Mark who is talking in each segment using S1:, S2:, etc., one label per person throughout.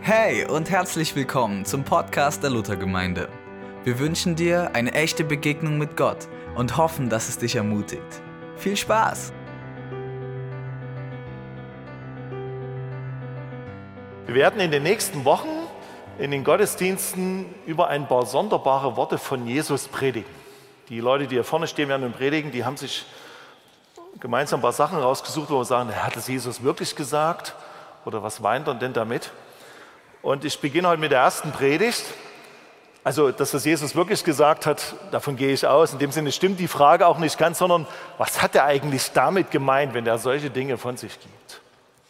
S1: Hey und herzlich willkommen zum Podcast der Luthergemeinde. Wir wünschen dir eine echte Begegnung mit Gott und hoffen, dass es dich ermutigt. Viel Spaß!
S2: Wir werden in den nächsten Wochen in den Gottesdiensten über ein paar sonderbare Worte von Jesus predigen. Die Leute, die hier vorne stehen werden und predigen, die haben sich gemeinsam ein paar Sachen rausgesucht, wo wir sagen, hat das Jesus wirklich gesagt? Oder was meint er denn damit? Und ich beginne heute mit der ersten Predigt. Also, dass das Jesus wirklich gesagt hat, davon gehe ich aus. In dem Sinne stimmt die Frage auch nicht ganz, sondern was hat er eigentlich damit gemeint, wenn er solche Dinge von sich gibt?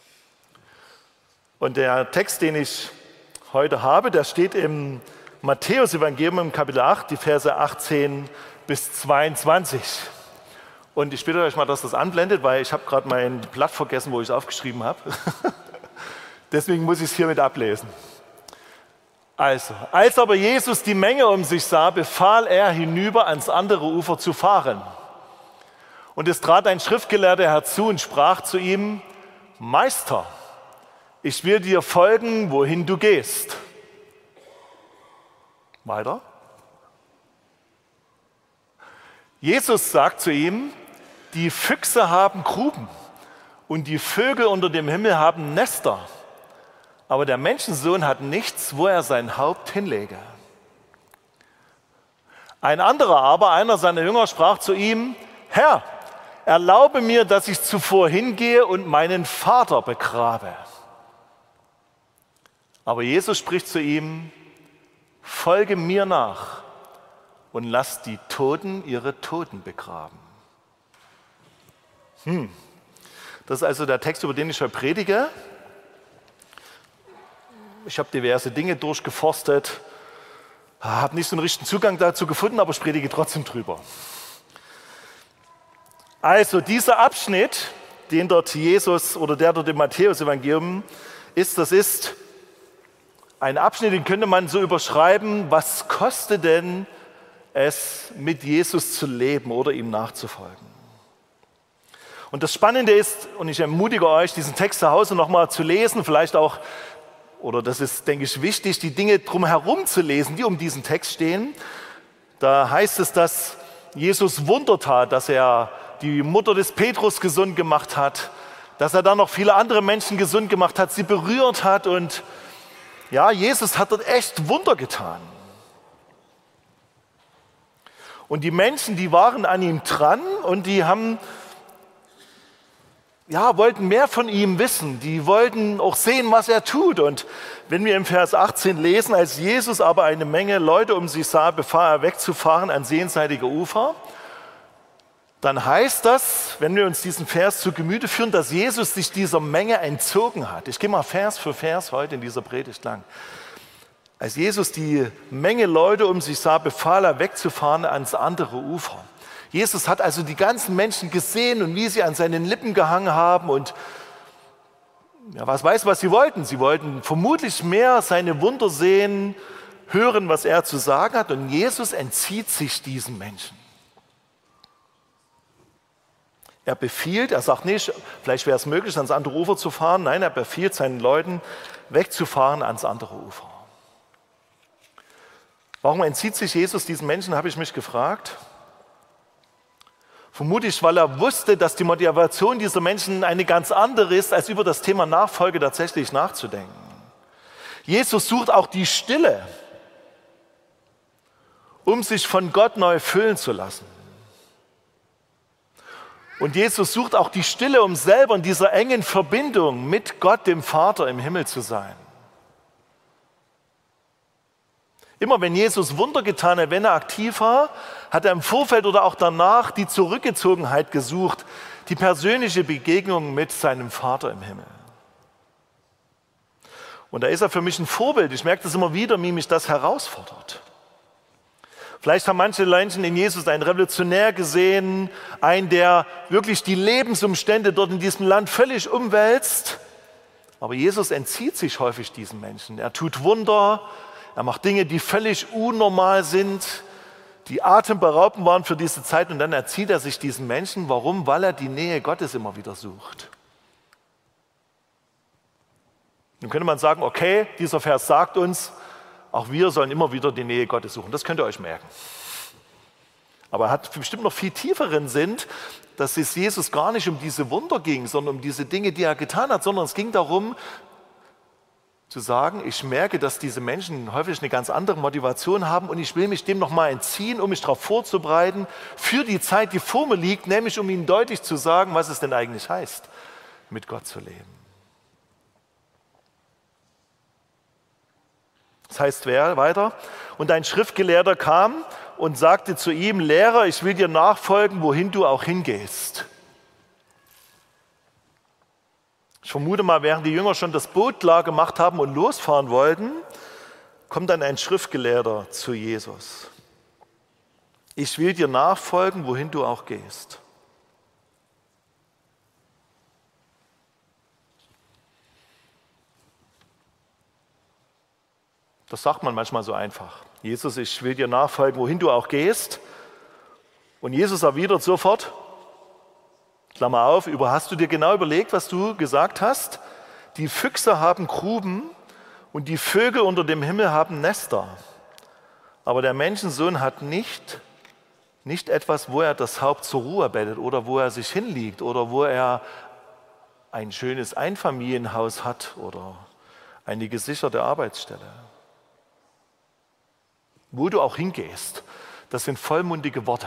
S2: Und der Text, den ich heute habe, der steht im Matthäus-Evangelium im Kapitel 8, die Verse 18 bis 22. Und ich bitte euch mal, dass das anblendet, weil ich habe gerade mein Blatt vergessen, wo ich es aufgeschrieben habe. Deswegen muss ich es hiermit ablesen. Also, als aber Jesus die Menge um sich sah, befahl er, hinüber ans andere Ufer zu fahren. Und es trat ein Schriftgelehrter herzu und sprach zu ihm: Meister, ich will dir folgen, wohin du gehst. Weiter. Jesus sagt zu ihm: Die Füchse haben Gruben und die Vögel unter dem Himmel haben Nester. Aber der Menschensohn hat nichts, wo er sein Haupt hinlege. Ein anderer aber, einer seiner Jünger, sprach zu ihm: Herr, erlaube mir, dass ich zuvor hingehe und meinen Vater begrabe. Aber Jesus spricht zu ihm: Folge mir nach und lass die Toten ihre Toten begraben. Das ist also der Text, über den ich heute predige. Ich habe diverse Dinge durchgeforstet, habe nicht so einen richtigen Zugang dazu gefunden, aber ich predige trotzdem drüber. Also dieser Abschnitt, den dort Jesus oder der dort im Matthäus-Evangelium ist, das ist ein Abschnitt, den könnte man so überschreiben: Was kostet denn es, mit Jesus zu leben oder ihm nachzufolgen? Und das Spannende ist, und ich ermutige euch, diesen Text zu Hause nochmal zu lesen, vielleicht auch, oder das ist, denke ich, wichtig, die Dinge drumherum zu lesen, die um diesen Text stehen. Da heißt es, dass Jesus Wunder tat, dass er die Mutter des Petrus gesund gemacht hat, dass er dann noch viele andere Menschen gesund gemacht hat, sie berührt hat, und ja, Jesus hat dort echt Wunder getan. Und die Menschen, die waren an ihm dran und die wollten mehr von ihm wissen. Die wollten auch sehen, was er tut. Und wenn wir im Vers 18 lesen: Als Jesus aber eine Menge Leute um sich sah, befahl er, wegzufahren ans jenseitige Ufer. Dann heißt das, wenn wir uns diesen Vers zu Gemüte führen, dass Jesus sich dieser Menge entzogen hat. Ich gehe mal Vers für Vers heute in dieser Predigt lang. Als Jesus die Menge Leute um sich sah, befahl er, wegzufahren ans andere Ufer. Jesus hat also die ganzen Menschen gesehen und wie sie an seinen Lippen gehangen haben, und was sie wollten. Sie wollten vermutlich mehr seine Wunder sehen, hören, was er zu sagen hat, und Jesus entzieht sich diesen Menschen. Er befiehlt, er sagt nicht, vielleicht wäre es möglich, ans andere Ufer zu fahren. Nein, er befiehlt seinen Leuten, wegzufahren ans andere Ufer. Warum entzieht sich Jesus diesen Menschen, habe ich mich gefragt. Vermutlich, weil er wusste, dass die Motivation dieser Menschen eine ganz andere ist, als über das Thema Nachfolge tatsächlich nachzudenken. Jesus sucht auch die Stille, um sich von Gott neu füllen zu lassen. Und Jesus sucht auch die Stille, um selber in dieser engen Verbindung mit Gott, dem Vater im Himmel, zu sein. Immer wenn Jesus Wunder getan hat, wenn er aktiv war, hat er im Vorfeld oder auch danach die Zurückgezogenheit gesucht, die persönliche Begegnung mit seinem Vater im Himmel. Und da ist er für mich ein Vorbild. Ich merke das immer wieder, wie mich das herausfordert. Vielleicht haben manche Menschen in Jesus einen Revolutionär gesehen, einen, der wirklich die Lebensumstände dort in diesem Land völlig umwälzt. Aber Jesus entzieht sich häufig diesen Menschen. Er tut Wunder, er macht Dinge, die völlig unnormal sind, die atemberaubend waren für diese Zeit, und dann erzieht er sich diesen Menschen. Warum? Weil er die Nähe Gottes immer wieder sucht. Nun könnte man sagen, okay, dieser Vers sagt uns, auch wir sollen immer wieder die Nähe Gottes suchen. Das könnt ihr euch merken. Aber er hat bestimmt noch viel tieferen Sinn, dass es Jesus gar nicht um diese Wunder ging, sondern um diese Dinge, die er getan hat, sondern es ging darum, zu sagen, ich merke, dass diese Menschen häufig eine ganz andere Motivation haben und ich will mich dem nochmal entziehen, um mich darauf vorzubereiten, für die Zeit, die vor mir liegt, nämlich um ihnen deutlich zu sagen, was es denn eigentlich heißt, mit Gott zu leben. Das heißt weiter, und ein Schriftgelehrter kam und sagte zu ihm, Lehrer, ich will dir nachfolgen, wohin du auch hingehst. Ich vermute mal, während die Jünger schon das Boot klar gemacht haben und losfahren wollten, kommt dann ein Schriftgelehrter zu Jesus. Ich will dir nachfolgen, wohin du auch gehst. Das sagt man manchmal so einfach. Jesus, ich will dir nachfolgen, wohin du auch gehst. Und Jesus erwidert sofort, Klammer auf, hast du dir genau überlegt, was du gesagt hast? Die Füchse haben Gruben und die Vögel unter dem Himmel haben Nester. Aber der Menschensohn hat nicht etwas, wo er das Haupt zur Ruhe bettet oder wo er sich hinlegt oder wo er ein schönes Einfamilienhaus hat oder eine gesicherte Arbeitsstelle. Wo du auch hingehst, das sind vollmundige Worte.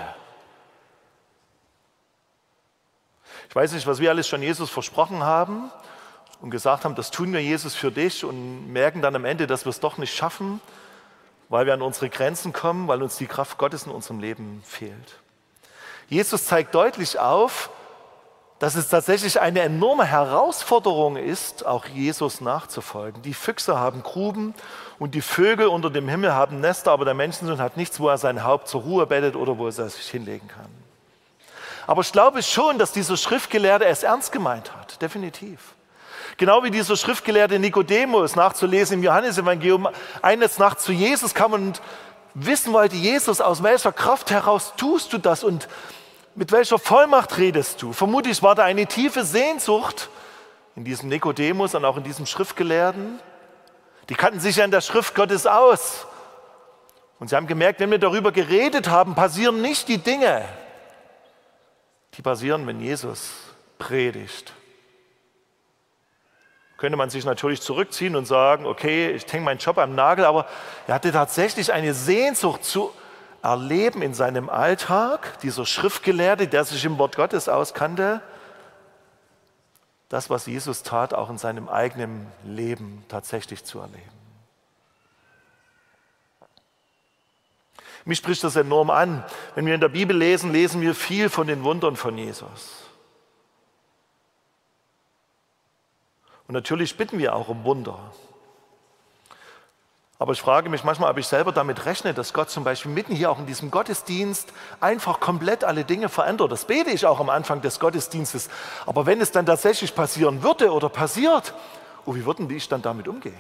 S2: Ich weiß nicht, was wir alles schon Jesus versprochen haben und gesagt haben, das tun wir, Jesus, für dich und merken dann am Ende, dass wir es doch nicht schaffen, weil wir an unsere Grenzen kommen, weil uns die Kraft Gottes in unserem Leben fehlt. Jesus zeigt deutlich auf, dass es tatsächlich eine enorme Herausforderung ist, auch Jesus nachzufolgen. Die Füchse haben Gruben und die Vögel unter dem Himmel haben Nester, aber der Menschensohn hat nichts, wo er sein Haupt zur Ruhe bettet oder wo er sich hinlegen kann. Aber ich glaube schon, dass dieser Schriftgelehrte es ernst gemeint hat, definitiv. Genau wie dieser Schriftgelehrte Nikodemus, nachzulesen im Johannesevangelium, eines Nachts zu Jesus kam und wissen wollte, Jesus, aus welcher Kraft heraus tust du das und mit welcher Vollmacht redest du? Vermutlich war da eine tiefe Sehnsucht in diesem Nikodemus und auch in diesem Schriftgelehrten. Die kannten sich ja in der Schrift Gottes aus. Und sie haben gemerkt, wenn wir darüber geredet haben, passieren nicht die Dinge, die passieren, wenn Jesus predigt. Könnte man sich natürlich zurückziehen und sagen, okay, ich hänge meinen Job am Nagel, aber er hatte tatsächlich eine Sehnsucht zu erleben in seinem Alltag, dieser Schriftgelehrte, der sich im Wort Gottes auskannte, das, was Jesus tat, auch in seinem eigenen Leben tatsächlich zu erleben. Mich spricht das enorm an. Wenn wir in der Bibel lesen, lesen wir viel von den Wundern von Jesus. Und natürlich bitten wir auch um Wunder. Aber ich frage mich manchmal, ob ich selber damit rechne, dass Gott zum Beispiel mitten hier auch in diesem Gottesdienst einfach komplett alle Dinge verändert. Das bete ich auch am Anfang des Gottesdienstes. Aber wenn es dann tatsächlich passieren würde oder passiert, wie würden ich dann damit umgehen?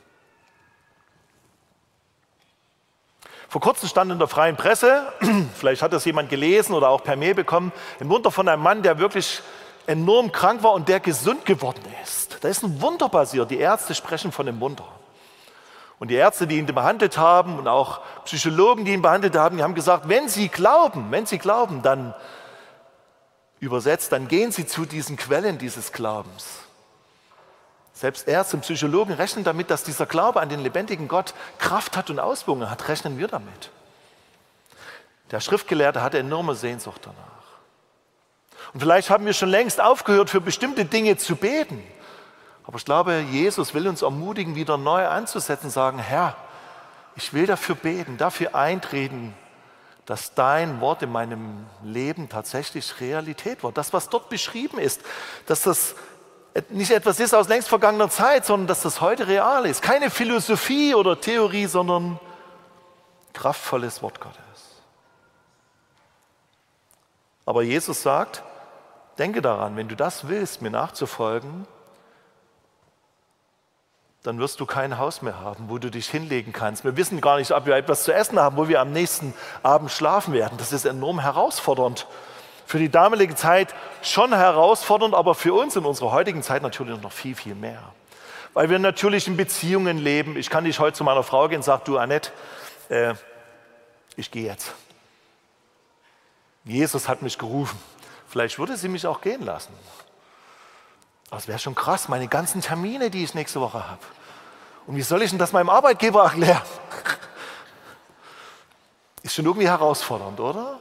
S2: Vor kurzem stand in der Freien Presse, vielleicht hat das jemand gelesen oder auch per Mail bekommen, ein Wunder von einem Mann, der wirklich enorm krank war und der gesund geworden ist. Da ist ein Wunder passiert. Die Ärzte sprechen von einem Wunder. Und die Ärzte, die ihn behandelt haben und auch Psychologen, die ihn behandelt haben, die haben gesagt, wenn Sie glauben, dann übersetzt, dann gehen Sie zu diesen Quellen dieses Glaubens. Selbst Ärzte und Psychologen rechnen damit, dass dieser Glaube an den lebendigen Gott Kraft hat und Auswirkungen hat. Rechnen wir damit. Der Schriftgelehrte hatte enorme Sehnsucht danach. Und vielleicht haben wir schon längst aufgehört, für bestimmte Dinge zu beten. Aber ich glaube, Jesus will uns ermutigen, wieder neu anzusetzen, sagen, Herr, ich will dafür beten, dafür eintreten, dass dein Wort in meinem Leben tatsächlich Realität wird. Das, was dort beschrieben ist, dass das nicht etwas ist aus längst vergangener Zeit, sondern dass das heute real ist. Keine Philosophie oder Theorie, sondern kraftvolles Wort Gottes. Aber Jesus sagt, denke daran, wenn du das willst, mir nachzufolgen, dann wirst du kein Haus mehr haben, wo du dich hinlegen kannst. Wir wissen gar nicht, ob wir etwas zu essen haben, wo wir am nächsten Abend schlafen werden. Das ist enorm herausfordernd. Für die damalige Zeit schon herausfordernd, aber für uns in unserer heutigen Zeit natürlich noch viel, viel mehr. weil wir natürlich in Beziehungen leben. Ich kann nicht heute zu meiner Frau gehen und sagen, du Annette, ich gehe jetzt. Jesus hat mich gerufen. Vielleicht würde sie mich auch gehen lassen. Aber es wäre schon krass, meine ganzen Termine, die ich nächste Woche habe. Und wie soll ich denn das meinem Arbeitgeber erklären? Ist schon irgendwie herausfordernd, oder?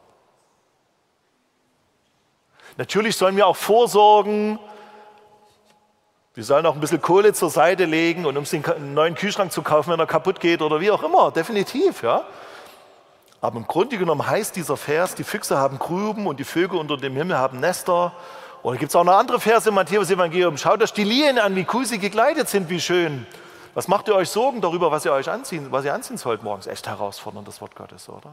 S2: Natürlich sollen wir auch vorsorgen. Wir sollen auch ein bisschen Kohle zur Seite legen und um einen neuen Kühlschrank zu kaufen, wenn er kaputt geht oder wie auch immer. Definitiv, ja. Aber im Grunde genommen heißt dieser Vers, die Füchse haben Gruben und die Vögel unter dem Himmel haben Nester. Oder gibt es auch noch andere Verse im Matthäus-Evangelium. Schaut euch die Lilien an, wie cool sie gekleidet sind, wie schön. Was macht ihr euch Sorgen darüber, was ihr anziehen sollt morgens? Echt herausfordernd, das Wort Gottes, oder?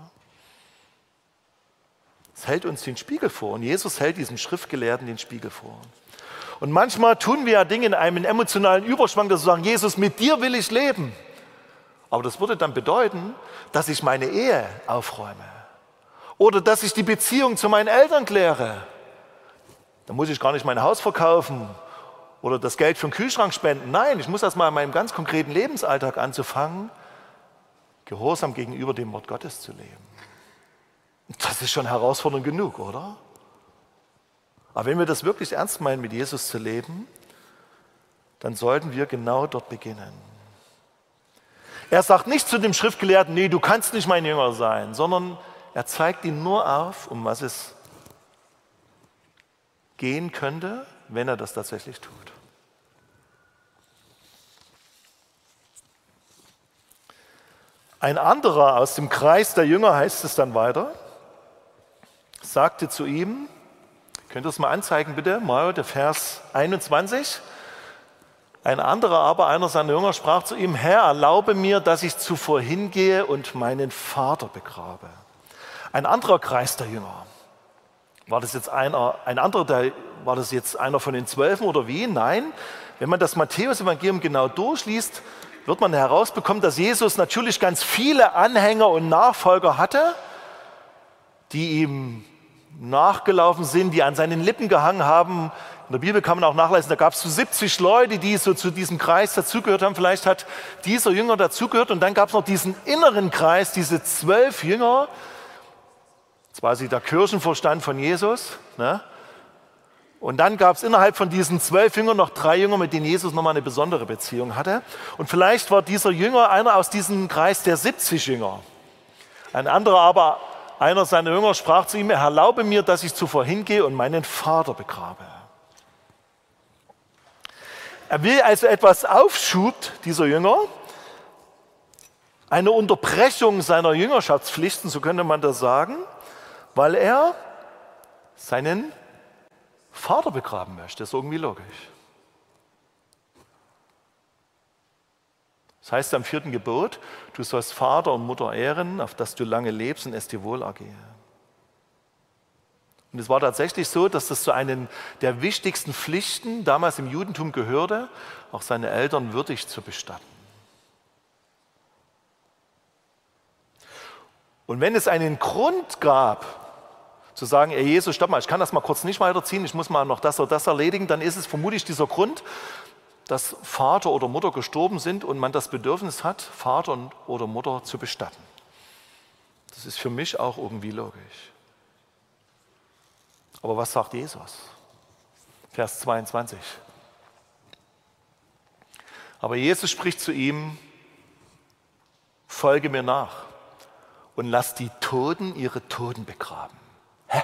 S2: Es hält uns den Spiegel vor und Jesus hält diesem Schriftgelehrten den Spiegel vor. Und manchmal tun wir ja Dinge in einem emotionalen Überschwang, dass wir sagen, Jesus, mit dir will ich leben. Aber das würde dann bedeuten, dass ich meine Ehe aufräume oder dass ich die Beziehung zu meinen Eltern kläre. Dann muss ich gar nicht mein Haus verkaufen oder das Geld für den Kühlschrank spenden. Nein, ich muss erst mal in meinem ganz konkreten Lebensalltag anzufangen, gehorsam gegenüber dem Wort Gottes zu leben. Das ist schon herausfordernd genug, oder? Aber wenn wir das wirklich ernst meinen, mit Jesus zu leben, dann sollten wir genau dort beginnen. Er sagt nicht zu dem Schriftgelehrten, nee, du kannst nicht mein Jünger sein, sondern er zeigt ihm nur auf, um was es gehen könnte, wenn er das tatsächlich tut. Ein anderer aus dem Kreis der Jünger, heißt es dann weiter, sagte zu ihm, könnt ihr es mal anzeigen bitte, mal der Vers 21. Ein anderer aber, einer seiner Jünger, sprach zu ihm, Herr, erlaube mir, dass ich zuvor hingehe und meinen Vater begrabe. Ein anderer Kreis der Jünger. War das jetzt einer von den 12 oder wie? Nein. Wenn man das Matthäus-Evangelium genau durchliest, wird man herausbekommen, dass Jesus natürlich ganz viele Anhänger und Nachfolger hatte, die ihm nachgelaufen sind, die an seinen Lippen gehangen haben. In der Bibel kann man auch nachlesen, da gab es so 70 Leute, die so zu diesem Kreis dazugehört haben. Vielleicht hat dieser Jünger dazugehört und dann gab es noch diesen inneren Kreis, diese 12 Jünger, quasi der Kirchenvorstand von Jesus. Ne? Und dann gab es innerhalb von diesen 12 Jüngern noch 3 Jünger, mit denen Jesus nochmal eine besondere Beziehung hatte. Und vielleicht war dieser Jünger einer aus diesem Kreis der 70 Jünger. Ein anderer aber, einer seiner Jünger, sprach zu ihm, erlaube mir, dass ich zuvor hingehe und meinen Vater begrabe. Er will also etwas Aufschub, dieser Jünger, eine Unterbrechung seiner Jüngerschaftspflichten, so könnte man das sagen, weil er seinen Vater begraben möchte. Das ist irgendwie logisch. Das heißt am 4. Gebot, du sollst Vater und Mutter ehren, auf dass du lange lebst und es dir wohl ergehe. Und es war tatsächlich so, dass das zu einem der wichtigsten Pflichten damals im Judentum gehörte, auch seine Eltern würdig zu bestatten. Und wenn es einen Grund gab, zu sagen, ey Jesus, stopp mal, ich kann das mal kurz nicht weiterziehen, ich muss mal noch das oder das erledigen, dann ist es vermutlich dieser Grund, dass Vater oder Mutter gestorben sind und man das Bedürfnis hat, Vater oder Mutter zu bestatten. Das ist für mich auch irgendwie logisch. Aber was sagt Jesus? Vers 22. Aber Jesus spricht zu ihm, folge mir nach und lass die Toten ihre Toten begraben. Hä?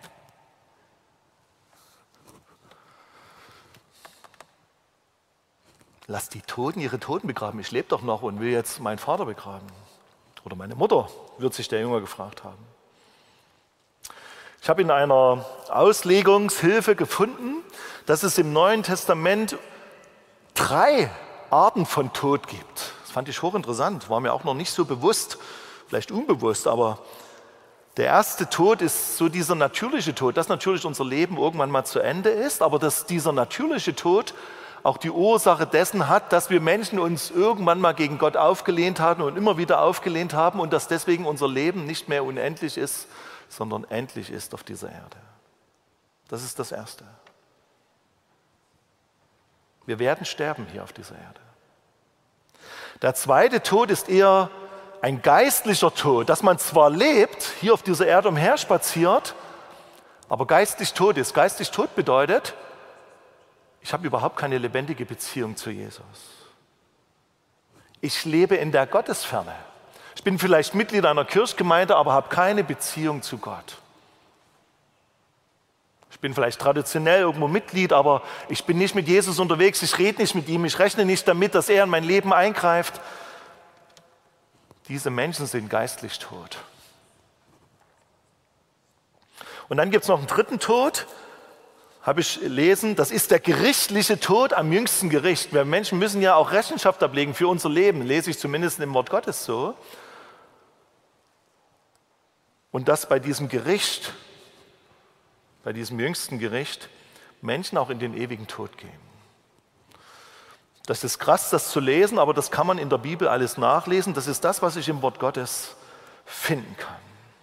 S2: Lass die Toten ihre Toten begraben. Ich lebe doch noch und will jetzt meinen Vater begraben. Oder meine Mutter, wird sich der Jünger gefragt haben. Ich habe in einer Auslegungshilfe gefunden, dass es im Neuen Testament 3 Arten von Tod gibt. Das fand ich hochinteressant, war mir auch noch nicht so bewusst, vielleicht unbewusst, aber der erste Tod ist so dieser natürliche Tod, dass natürlich unser Leben irgendwann mal zu Ende ist, aber dass dieser natürliche Tod auch die Ursache dessen hat, dass wir Menschen uns irgendwann mal gegen Gott aufgelehnt haben und immer wieder aufgelehnt haben und dass deswegen unser Leben nicht mehr unendlich ist, sondern endlich ist auf dieser Erde. Das ist das Erste. Wir werden sterben hier auf dieser Erde. Der zweite Tod ist eher ein geistlicher Tod, dass man zwar lebt, hier auf dieser Erde umherspaziert, aber geistlich tot ist. Geistlich tot bedeutet, ich habe überhaupt keine lebendige Beziehung zu Jesus. Ich lebe in der Gottesferne. Ich bin vielleicht Mitglied einer Kirchgemeinde, aber habe keine Beziehung zu Gott. Ich bin vielleicht traditionell irgendwo Mitglied, aber ich bin nicht mit Jesus unterwegs, ich rede nicht mit ihm, ich rechne nicht damit, dass er in mein Leben eingreift. Diese Menschen sind geistlich tot. Und dann gibt es noch einen dritten Tod, habe ich gelesen, das ist der gerichtliche Tod am jüngsten Gericht. Wir Menschen müssen ja auch Rechenschaft ablegen für unser Leben, lese ich zumindest im Wort Gottes so. Und dass bei diesem Gericht, bei diesem jüngsten Gericht, Menschen auch in den ewigen Tod gehen. Das ist krass, das zu lesen, aber das kann man in der Bibel alles nachlesen. Das ist das, was ich im Wort Gottes finden kann.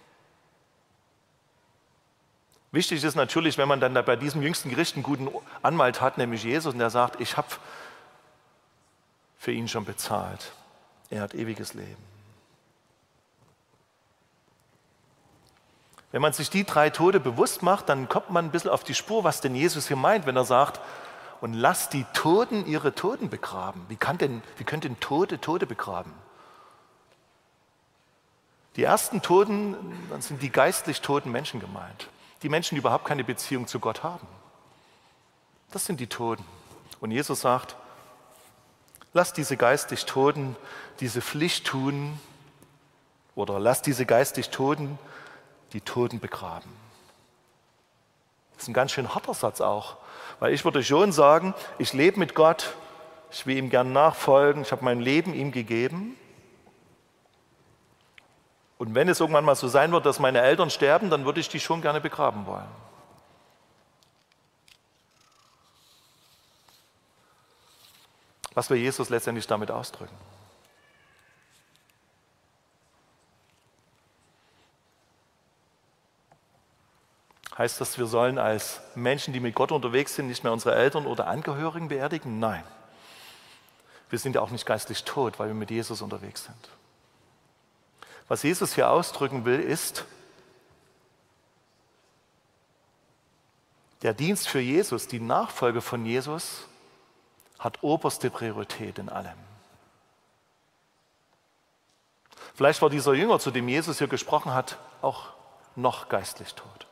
S2: Wichtig ist natürlich, wenn man dann bei diesem jüngsten Gericht einen guten Anwalt hat, nämlich Jesus, und der sagt, ich habe für ihn schon bezahlt. Er hat ewiges Leben. Wenn man sich die 3 Tode bewusst macht, dann kommt man ein bisschen auf die Spur, was denn Jesus hier meint, wenn er sagt, und lasst die Toten ihre Toten begraben. Wie können denn Tote Tote begraben? Die ersten Toten, dann sind die geistlich toten Menschen gemeint. Die Menschen, die überhaupt keine Beziehung zu Gott haben. Das sind die Toten. Und Jesus sagt, lasst diese geistig Toten diese Pflicht tun oder lasst diese geistig Toten die Toten begraben. Das ist ein ganz schön harter Satz auch, weil ich würde schon sagen, ich lebe mit Gott, ich will ihm gern nachfolgen, ich habe mein Leben ihm gegeben. Und wenn es irgendwann mal so sein wird, dass meine Eltern sterben, dann würde ich die schon gerne begraben wollen. Was will Jesus letztendlich damit ausdrücken? Heißt das, wir sollen als Menschen, die mit Gott unterwegs sind, nicht mehr unsere Eltern oder Angehörigen beerdigen? Nein. Wir sind ja auch nicht geistlich tot, weil wir mit Jesus unterwegs sind. Was Jesus hier ausdrücken will, ist, der Dienst für Jesus, die Nachfolge von Jesus, hat oberste Priorität in allem. Vielleicht war dieser Jünger, zu dem Jesus hier gesprochen hat, auch noch geistlich tot.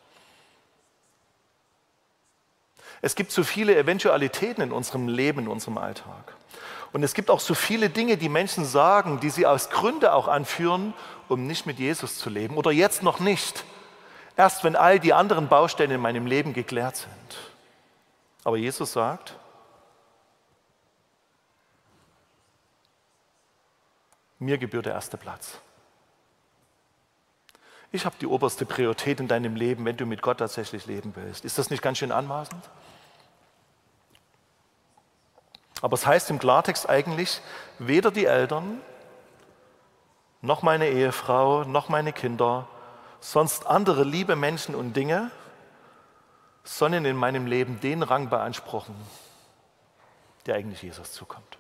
S2: Es gibt so viele Eventualitäten in unserem Leben, in unserem Alltag. Und es gibt auch so viele Dinge, die Menschen sagen, die sie aus Gründen auch anführen, um nicht mit Jesus zu leben oder jetzt noch nicht. Erst wenn all die anderen Baustellen in meinem Leben geklärt sind. Aber Jesus sagt, mir gebührt der erste Platz. Ich habe die oberste Priorität in deinem Leben, wenn du mit Gott tatsächlich leben willst. Ist das nicht ganz schön anmaßend? Aber es heißt im Klartext eigentlich, weder die Eltern, noch meine Ehefrau, noch meine Kinder, sonst andere liebe Menschen und Dinge, sollen in meinem Leben den Rang beanspruchen, der eigentlich Jesus zukommt.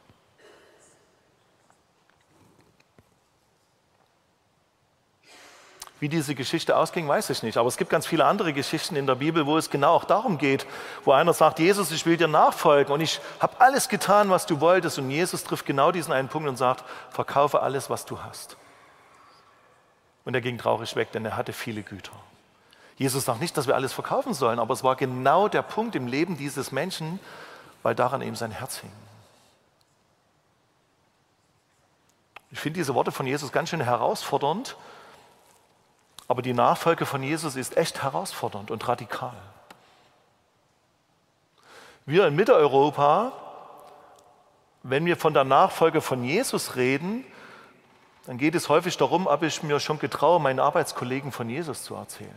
S2: Wie diese Geschichte ausging, weiß ich nicht. Aber es gibt ganz viele andere Geschichten in der Bibel, wo es genau auch darum geht, wo einer sagt, Jesus, ich will dir nachfolgen und ich habe alles getan, was du wolltest. Und Jesus trifft genau diesen einen Punkt und sagt, verkaufe alles, was du hast. Und er ging traurig weg, denn er hatte viele Güter. Jesus sagt nicht, dass wir alles verkaufen sollen, aber es war genau der Punkt im Leben dieses Menschen, weil daran eben sein Herz hing. Ich finde diese Worte von Jesus ganz schön herausfordernd, aber die Nachfolge von Jesus ist echt herausfordernd und radikal. Wir in Mitteleuropa, wenn wir von der Nachfolge von Jesus reden, dann geht es häufig darum, ob ich mir schon getraue, meinen Arbeitskollegen von Jesus zu erzählen.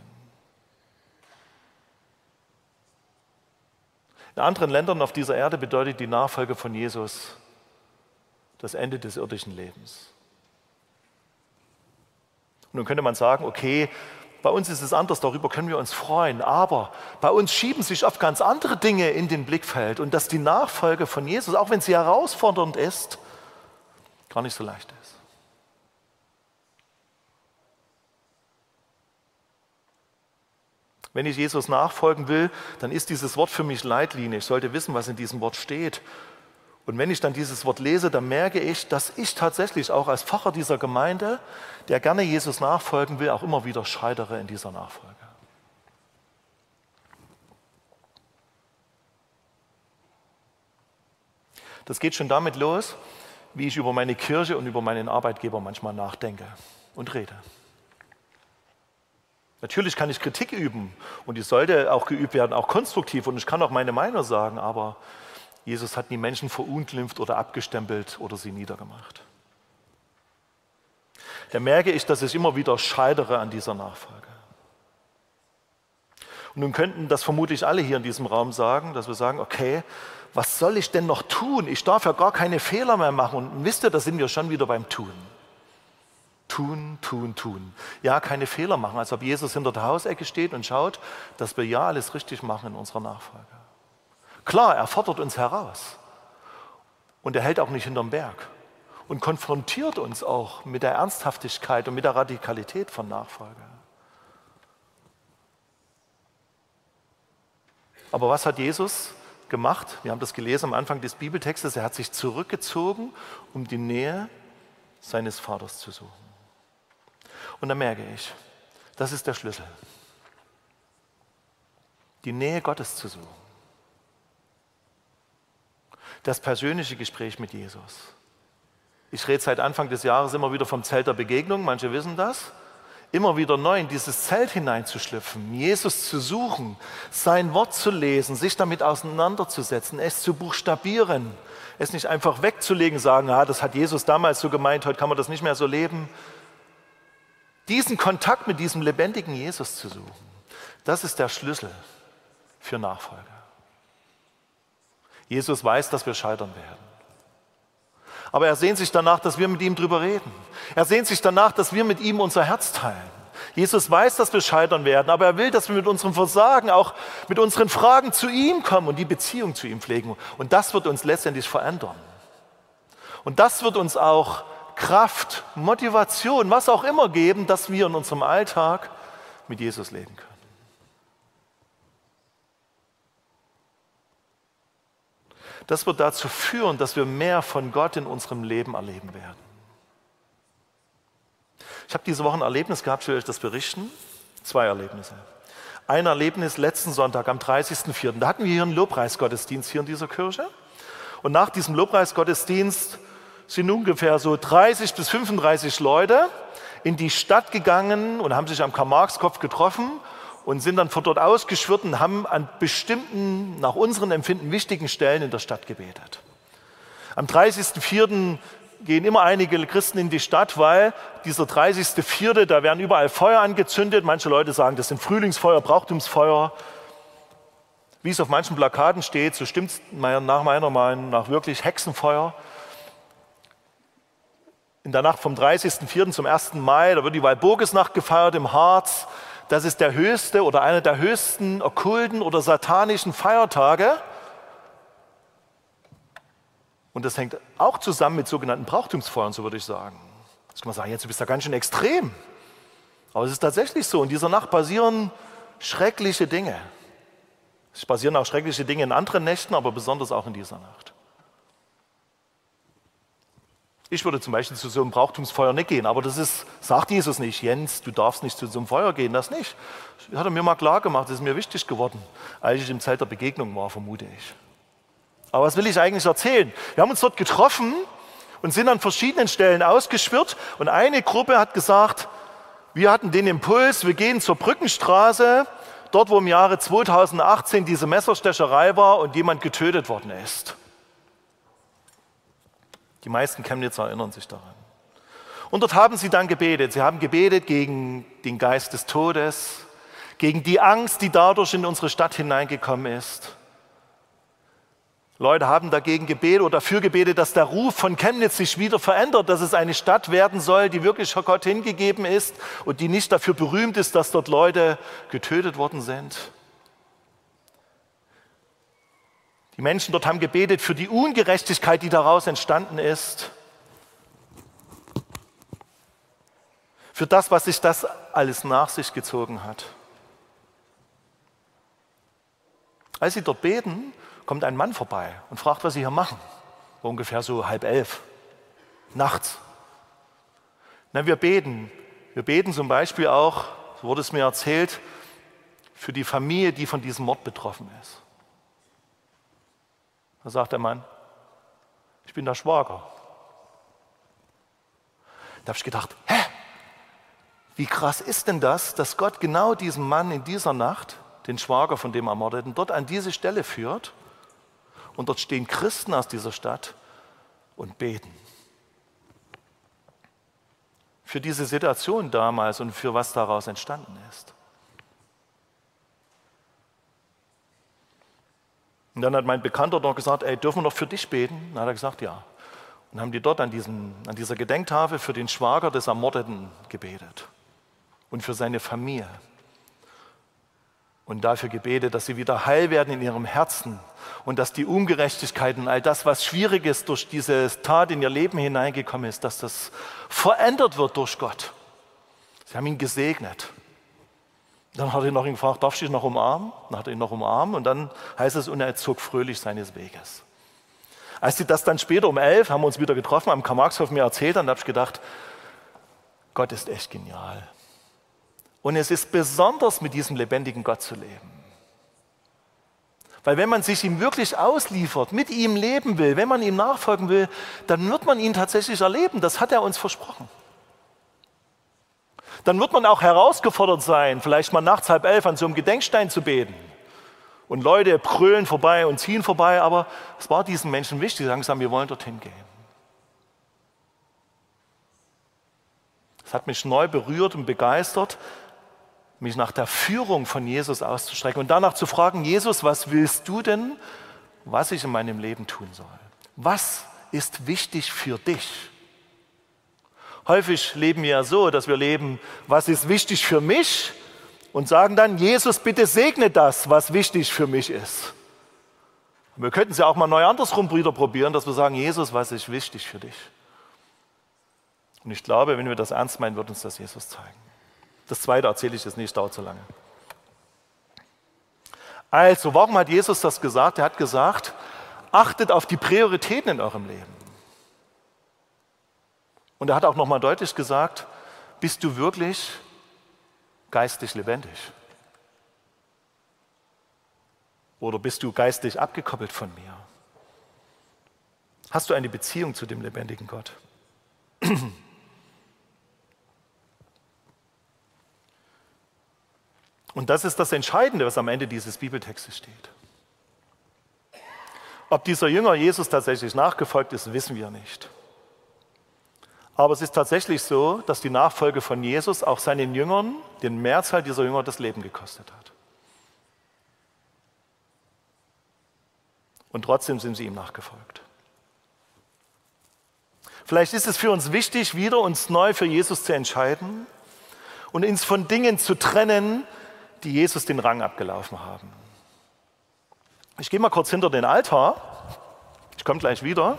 S2: In anderen Ländern auf dieser Erde bedeutet die Nachfolge von Jesus das Ende des irdischen Lebens. Und nun könnte man sagen, okay, bei uns ist es anders, darüber können wir uns freuen. Aber bei uns schieben sich oft ganz andere Dinge in den Blickfeld. Und dass die Nachfolge von Jesus, auch wenn sie herausfordernd ist, gar nicht so leicht ist. Wenn ich Jesus nachfolgen will, dann ist dieses Wort für mich Leitlinie. Ich sollte wissen, was in diesem Wort steht. Und wenn ich dann dieses Wort lese, dann merke ich, dass ich tatsächlich auch als Pfarrer dieser Gemeinde, der gerne Jesus nachfolgen will, auch immer wieder scheitere in dieser Nachfolge. Das geht schon damit los, wie ich über meine Kirche und über meinen Arbeitgeber manchmal nachdenke und rede. Natürlich kann ich Kritik üben und die sollte auch geübt werden, auch konstruktiv, und ich kann auch meine Meinung sagen, aber Jesus hat nie Menschen verunglimpft oder abgestempelt oder sie niedergemacht. Da merke ich, dass ich immer wieder scheitere an dieser Nachfolge. Und nun könnten das vermutlich alle hier in diesem Raum sagen, dass wir sagen, okay, was soll ich denn noch tun? Ich darf ja gar keine Fehler mehr machen. Und wisst ihr, da sind wir schon wieder beim Tun. Tun, tun, tun. Ja, keine Fehler machen, als ob Jesus hinter der Hausecke steht und schaut, dass wir ja alles richtig machen in unserer Nachfolge. Klar, er fordert uns heraus. Und er hält auch nicht hinterm Berg. Und konfrontiert uns auch mit der Ernsthaftigkeit und mit der Radikalität von Nachfolge. Aber was hat Jesus gemacht? Wir haben das gelesen am Anfang des Bibeltextes. Er hat sich zurückgezogen, um die Nähe seines Vaters zu suchen. Und da merke ich, das ist der Schlüssel. Die Nähe Gottes zu suchen. Das persönliche Gespräch mit Jesus. Ich rede seit Anfang des Jahres immer wieder vom Zelt der Begegnung, manche wissen das. Immer wieder neu in dieses Zelt hineinzuschlüpfen, Jesus zu suchen, sein Wort zu lesen, sich damit auseinanderzusetzen, es zu buchstabieren, es nicht einfach wegzulegen, sagen, ja, das hat Jesus damals so gemeint, heute kann man das nicht mehr so leben. Diesen Kontakt mit diesem lebendigen Jesus zu suchen, das ist der Schlüssel für Nachfolge. Jesus weiß, dass wir scheitern werden. Aber er sehnt sich danach, dass wir mit ihm drüber reden. Er sehnt sich danach, dass wir mit ihm unser Herz teilen. Jesus weiß, dass wir scheitern werden, aber er will, dass wir mit unserem Versagen, auch mit unseren Fragen zu ihm kommen und die Beziehung zu ihm pflegen. Und das wird uns letztendlich verändern. Und das wird uns auch Kraft, Motivation, was auch immer geben, dass wir in unserem Alltag mit Jesus leben können. Das wird dazu führen, dass wir mehr von Gott in unserem Leben erleben werden. Ich habe diese Woche ein Erlebnis gehabt, ich will euch das berichten. 2 Erlebnisse. Ein Erlebnis letzten Sonntag am 30.04. Da hatten wir hier einen Lobpreisgottesdienst hier in dieser Kirche. Und nach diesem Lobpreisgottesdienst sind ungefähr so 30 bis 35 Leute in die Stadt gegangen und haben sich am Karl-Marx-Kopf getroffen und sind dann von dort ausgeschwirrt und haben an bestimmten, nach unserem Empfinden, wichtigen Stellen in der Stadt gebetet. Am 30.04. gehen immer einige Christen in die Stadt, weil dieser 30.04., da werden überall Feuer angezündet. Manche Leute sagen, das sind Frühlingsfeuer, Brauchtumsfeuer. Wie es auf manchen Plakaten steht, so stimmt es nach meiner Meinung nach wirklich Hexenfeuer. In der Nacht vom 30.04. zum 1. Mai, da wird die Walpurgisnacht gefeiert im Harz. Das ist der höchste oder einer der höchsten okkulten oder satanischen Feiertage. Und das hängt auch zusammen mit sogenannten Brauchtumsfeuern, so würde ich sagen. Das kann man sagen, jetzt bist du ganz schön extrem. Aber es ist tatsächlich so. In dieser Nacht passieren schreckliche Dinge. Es passieren auch schreckliche Dinge in anderen Nächten, aber besonders auch in dieser Nacht. Ich würde zum Beispiel zu so einem Brauchtumsfeuer nicht gehen, aber das ist, sagt Jesus nicht, Jens, du darfst nicht zu so einem Feuer gehen, das nicht. Das hat er mir mal klar gemacht, das ist mir wichtig geworden, als ich im Zelt der Begegnung war, vermute ich. Aber was will ich eigentlich erzählen? Wir haben uns dort getroffen und sind an verschiedenen Stellen ausgeschwirrt und eine Gruppe hat gesagt, wir hatten den Impuls, wir gehen zur Brückenstraße, dort wo im Jahre 2018 diese Messerstecherei war und jemand getötet worden ist. Die meisten Chemnitzer erinnern sich daran. Und dort haben sie dann gebetet. Sie haben gebetet gegen den Geist des Todes, gegen die Angst, die dadurch in unsere Stadt hineingekommen ist. Leute haben dagegen gebetet oder dafür gebetet, dass der Ruf von Chemnitz sich wieder verändert, dass es eine Stadt werden soll, die wirklich Gott hingegeben ist und die nicht dafür berühmt ist, dass dort Leute getötet worden sind. Die Menschen dort haben gebetet für die Ungerechtigkeit, die daraus entstanden ist. Für das, was sich das alles nach sich gezogen hat. Als sie dort beten, kommt ein Mann vorbei und fragt, was sie hier machen. Ungefähr so 10:30, nachts. Na, wir beten. Wir beten zum Beispiel auch, so wurde es mir erzählt, für die Familie, die von diesem Mord betroffen ist. Da sagt der Mann, ich bin der Schwager. Da habe ich gedacht, wie krass ist denn das, dass Gott genau diesen Mann in dieser Nacht, den Schwager von dem Ermordeten, dort an diese Stelle führt und dort stehen Christen aus dieser Stadt und beten. Für diese Situation damals und für was daraus entstanden ist. Und dann hat mein Bekannter noch gesagt, dürfen wir noch für dich beten? Dann hat er gesagt, ja. Und haben die dort an dieser Gedenktafel für den Schwager des Ermordeten gebetet und für seine Familie. Und dafür gebetet, dass sie wieder heil werden in ihrem Herzen und dass die Ungerechtigkeiten, all das, was Schwieriges durch diese Tat in ihr Leben hineingekommen ist, dass das verändert wird durch Gott. Sie haben ihn gesegnet. Dann hat er noch ihn gefragt, darf ich dich noch umarmen? Dann hat er ihn noch umarmt und dann heißt es, und er zog fröhlich seines Weges. Als sie das dann später um 11 haben wir uns wieder getroffen, am Karl-Marx-Hof mir erzählt, dann habe ich gedacht, Gott ist echt genial. Und es ist besonders, mit diesem lebendigen Gott zu leben. Weil wenn man sich ihm wirklich ausliefert, mit ihm leben will, wenn man ihm nachfolgen will, dann wird man ihn tatsächlich erleben. Das hat er uns versprochen. Dann wird man auch herausgefordert sein, vielleicht mal nachts 10:30 an so einem Gedenkstein zu beten. Und Leute brüllen vorbei und ziehen vorbei, aber es war diesen Menschen wichtig, sie sagen, wir wollen dorthin gehen. Es hat mich neu berührt und begeistert, mich nach der Führung von Jesus auszustrecken und danach zu fragen, Jesus, was willst du denn, was ich in meinem Leben tun soll? Was ist wichtig für dich? Häufig leben wir ja so, dass wir leben, was ist wichtig für mich? Und sagen dann, Jesus, bitte segne das, was wichtig für mich ist. Und wir könnten es ja auch mal neu andersrum wieder probieren, dass wir sagen, Jesus, was ist wichtig für dich? Und ich glaube, wenn wir das ernst meinen, wird uns das Jesus zeigen. Das Zweite erzähle ich jetzt nicht, dauert zu lange. Also, warum hat Jesus das gesagt? Er hat gesagt, achtet auf die Prioritäten in eurem Leben. Und er hat auch nochmal deutlich gesagt, bist du wirklich geistig lebendig? Oder bist du geistig abgekoppelt von mir? Hast du eine Beziehung zu dem lebendigen Gott? Und das ist das Entscheidende, was am Ende dieses Bibeltextes steht. Ob dieser Jünger Jesus tatsächlich nachgefolgt ist, wissen wir nicht. Aber es ist tatsächlich so, dass die Nachfolge von Jesus auch seinen Jüngern, den Mehrzahl dieser Jünger, das Leben gekostet hat. Und trotzdem sind sie ihm nachgefolgt. Vielleicht ist es für uns wichtig, wieder uns neu für Jesus zu entscheiden und uns von Dingen zu trennen, die Jesus den Rang abgelaufen haben. Ich gehe mal kurz hinter den Altar. Ich komme gleich wieder.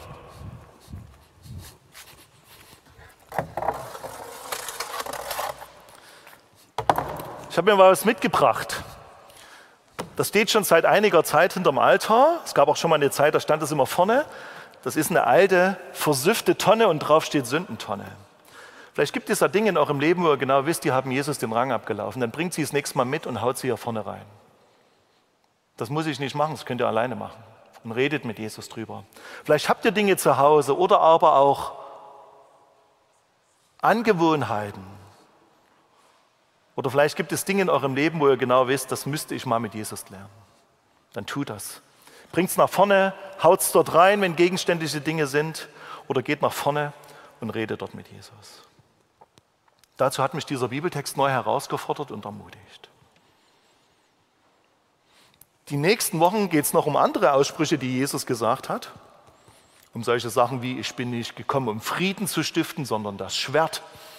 S2: Ich habe mir mal was mitgebracht. Das steht schon seit einiger Zeit hinterm Altar. Es gab auch schon mal eine Zeit, da stand es immer vorne. Das ist eine alte, versüffte Tonne und drauf steht Sündentonne. Vielleicht gibt es da Dinge in eurem Leben, wo ihr genau wisst, die haben Jesus den Rang abgelaufen. Dann bringt sie das nächste Mal mit und haut sie hier vorne rein. Das muss ich nicht machen, das könnt ihr alleine machen. Und redet mit Jesus drüber. Vielleicht habt ihr Dinge zu Hause oder aber auch Angewohnheiten. Oder vielleicht gibt es Dinge in eurem Leben, wo ihr genau wisst, das müsste ich mal mit Jesus lernen. Dann tut das. Bringt es nach vorne, haut es dort rein, wenn gegenständliche Dinge sind. Oder geht nach vorne und redet dort mit Jesus. Dazu hat mich dieser Bibeltext neu herausgefordert und ermutigt. Die nächsten Wochen geht es noch um andere Aussprüche, die Jesus gesagt hat. Um solche Sachen wie, ich bin nicht gekommen, um Frieden zu stiften, sondern das Schwert.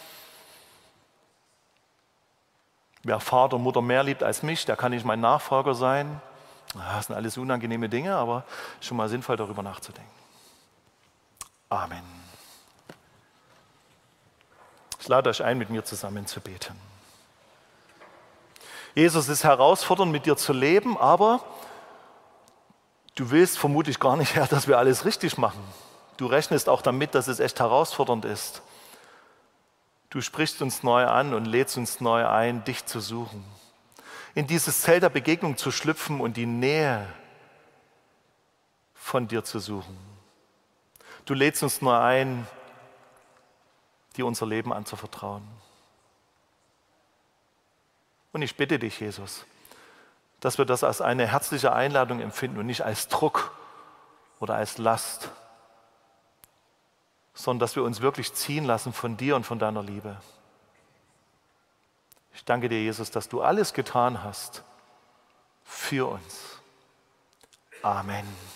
S2: Wer Vater und Mutter mehr liebt als mich, der kann nicht mein Nachfolger sein. Das sind alles unangenehme Dinge, aber schon mal sinnvoll, darüber nachzudenken. Amen. Ich lade euch ein, mit mir zusammen zu beten. Jesus, es ist herausfordernd, mit dir zu leben, aber du willst vermutlich gar nicht, Herr, dass wir alles richtig machen. Du rechnest auch damit, dass es echt herausfordernd ist. Du sprichst uns neu an und lädst uns neu ein, dich zu suchen. In dieses Zelt der Begegnung zu schlüpfen und die Nähe von dir zu suchen. Du lädst uns neu ein, dir unser Leben anzuvertrauen. Und ich bitte dich, Jesus, dass wir das als eine herzliche Einladung empfinden und nicht als Druck oder als Last, sondern dass wir uns wirklich ziehen lassen von dir und von deiner Liebe. Ich danke dir, Jesus, dass du alles getan hast für uns. Amen.